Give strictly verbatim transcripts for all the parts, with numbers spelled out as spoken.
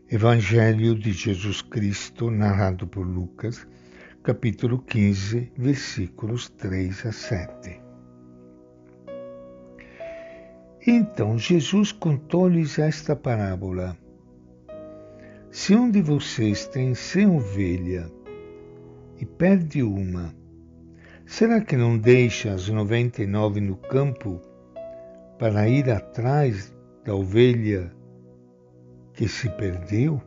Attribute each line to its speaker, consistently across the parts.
Speaker 1: Evangelho de Jesus Cristo, narrado por Lucas, capítulo quinze, versículos três a sete. Então Jesus contou-lhes esta parábola. Se um de vocês tem cem ovelhas e perde uma, será que não deixa as noventa e nove no campo para ir atrás da ovelha que se perdeu,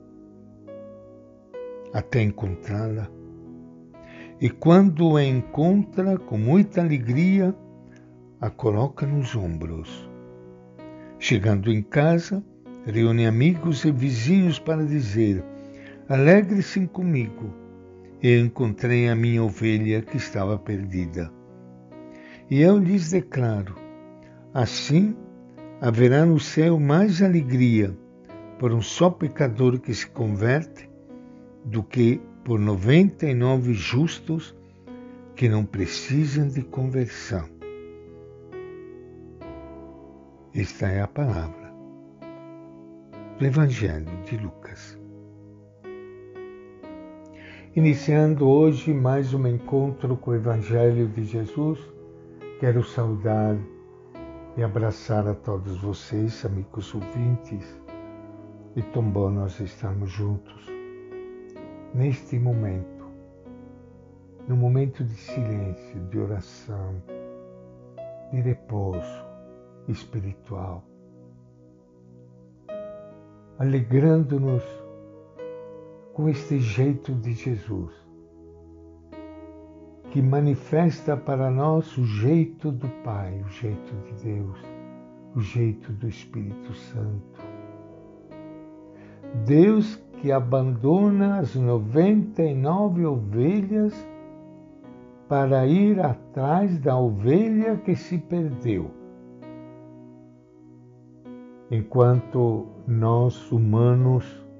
Speaker 1: até encontrá-la? E quando a encontra, com muita alegria, a coloca nos ombros. Chegando em casa, reúne amigos e vizinhos para dizer: alegre-se comigo, eu encontrei a minha ovelha que estava perdida. E eu lhes declaro, assim haverá no céu mais alegria por um só pecador que se converte do que por noventa e nove justos que não precisam de conversão. Esta é a palavra do Evangelho de Lucas. Iniciando hoje mais um encontro com o Evangelho de Jesus, quero saudar e abraçar a todos vocês, amigos ouvintes. E tão bom nós estarmos juntos neste momento, no momento de silêncio, de oração, de repouso espiritual, alegrando-nos com este jeito de Jesus, que manifesta para nós o jeito do Pai, o jeito de Deus, o jeito do Espírito Santo. Deus que abandona as noventa e nove ovelhas para ir atrás da ovelha que se perdeu. Enquanto nós, humanos,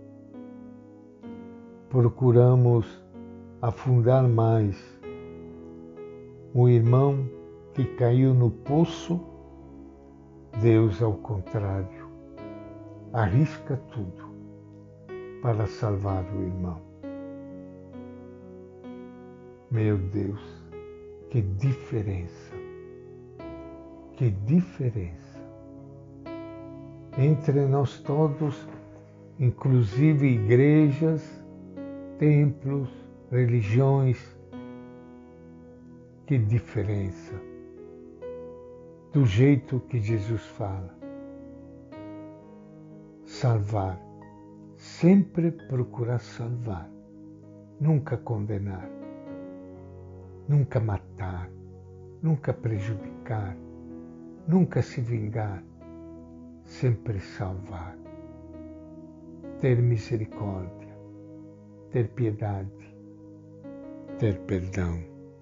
Speaker 1: procuramos afundar mais um irmão que caiu no poço, Deus, ao contrário, arrisca tudo para salvar o irmão. Meu Deus, que diferença, que diferença entre nós todos, inclusive igrejas, templos, religiões. Que diferença do jeito que Jesus fala. Salvar. Sempre procurar salvar, nunca condenar, nunca matar, nunca prejudicar, nunca se vingar, sempre salvar. Ter misericórdia, ter piedade, ter perdão.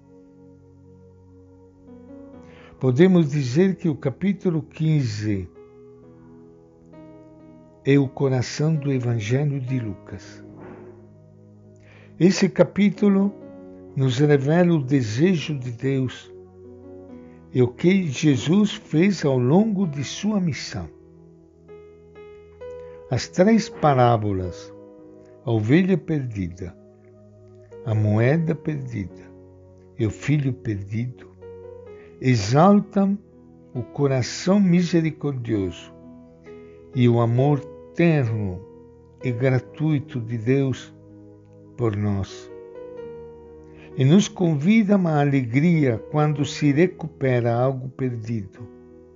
Speaker 1: Podemos dizer que o capítulo quinze é o coração do Evangelho de Lucas. Esse capítulo nos revela o desejo de Deus e o que Jesus fez ao longo de sua missão. As três parábolas, a ovelha perdida, a moeda perdida e o filho perdido, exaltam o coração misericordioso e o amor terno e gratuito de Deus por nós. E nos convidam à alegria quando se recupera algo perdido.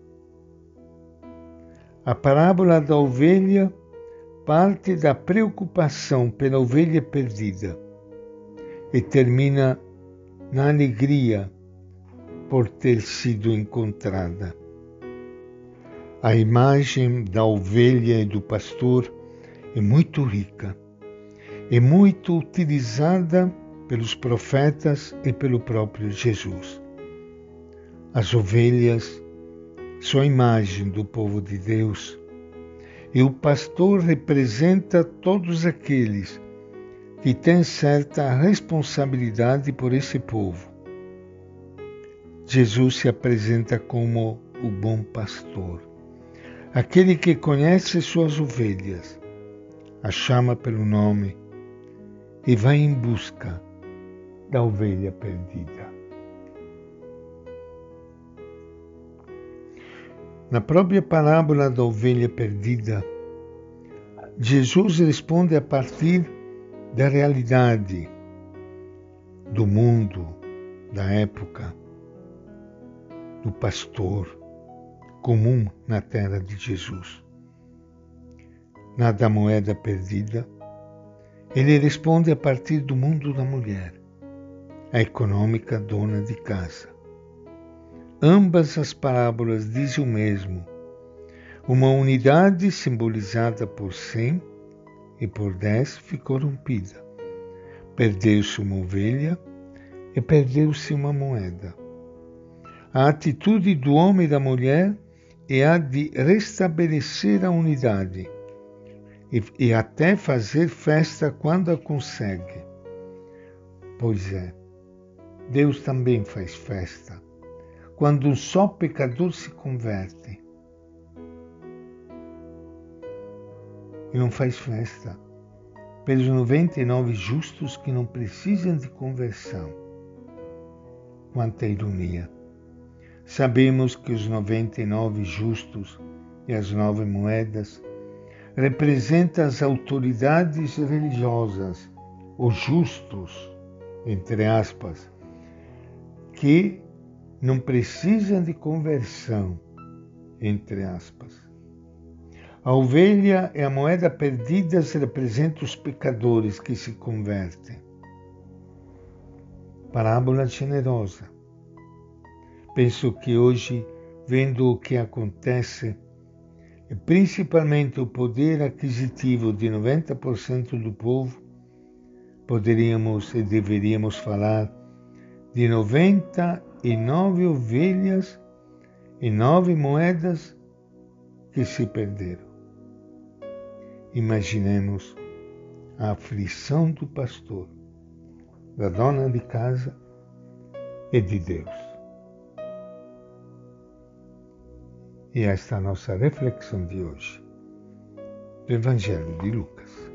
Speaker 1: A parábola da ovelha parte da preocupação pela ovelha perdida e termina na alegria por ter sido encontrada. A imagem da ovelha e do pastor é muito rica, é muito utilizada pelos profetas e pelo próprio Jesus. As ovelhas são a imagem do povo de Deus e o pastor representa todos aqueles que têm certa responsabilidade por esse povo. Jesus se apresenta como o bom pastor, aquele que conhece suas ovelhas, a chama pelo nome e vai em busca da ovelha perdida. Na própria parábola da ovelha perdida, Jesus responde a partir da realidade do mundo, da época, do pastor comum na terra de Jesus. Na da moeda perdida, ele responde a partir do mundo da mulher, a econômica dona de casa. Ambas as parábolas dizem o mesmo: uma unidade simbolizada por cem e por dez ficou rompida. Perdeu-se uma ovelha e perdeu-se uma moeda. A atitude do homem e da mulher é a de restabelecer a unidade e, e até fazer festa quando a consegue. Pois é, Deus também faz festa quando um só pecador se converte. E não faz festa pelos noventa e nove justos que não precisam de conversão. Quanta ironia! Sabemos que os noventa e nove justos e as nove moedas representam as autoridades religiosas, os justos, entre aspas, que não precisam de conversão, entre aspas. A ovelha e a moeda perdidas representam os pecadores que se convertem. Parábola generosa. Penso que hoje, vendo o que acontece, e principalmente o poder aquisitivo de noventa por cento do povo, poderíamos e deveríamos falar de noventa e nove ovelhas e nove moedas que se perderam. Imaginemos a aflição do pastor, da dona de casa e de Deus. E esta é a nossa reflexão de hoje, do Evangelho de Lucas.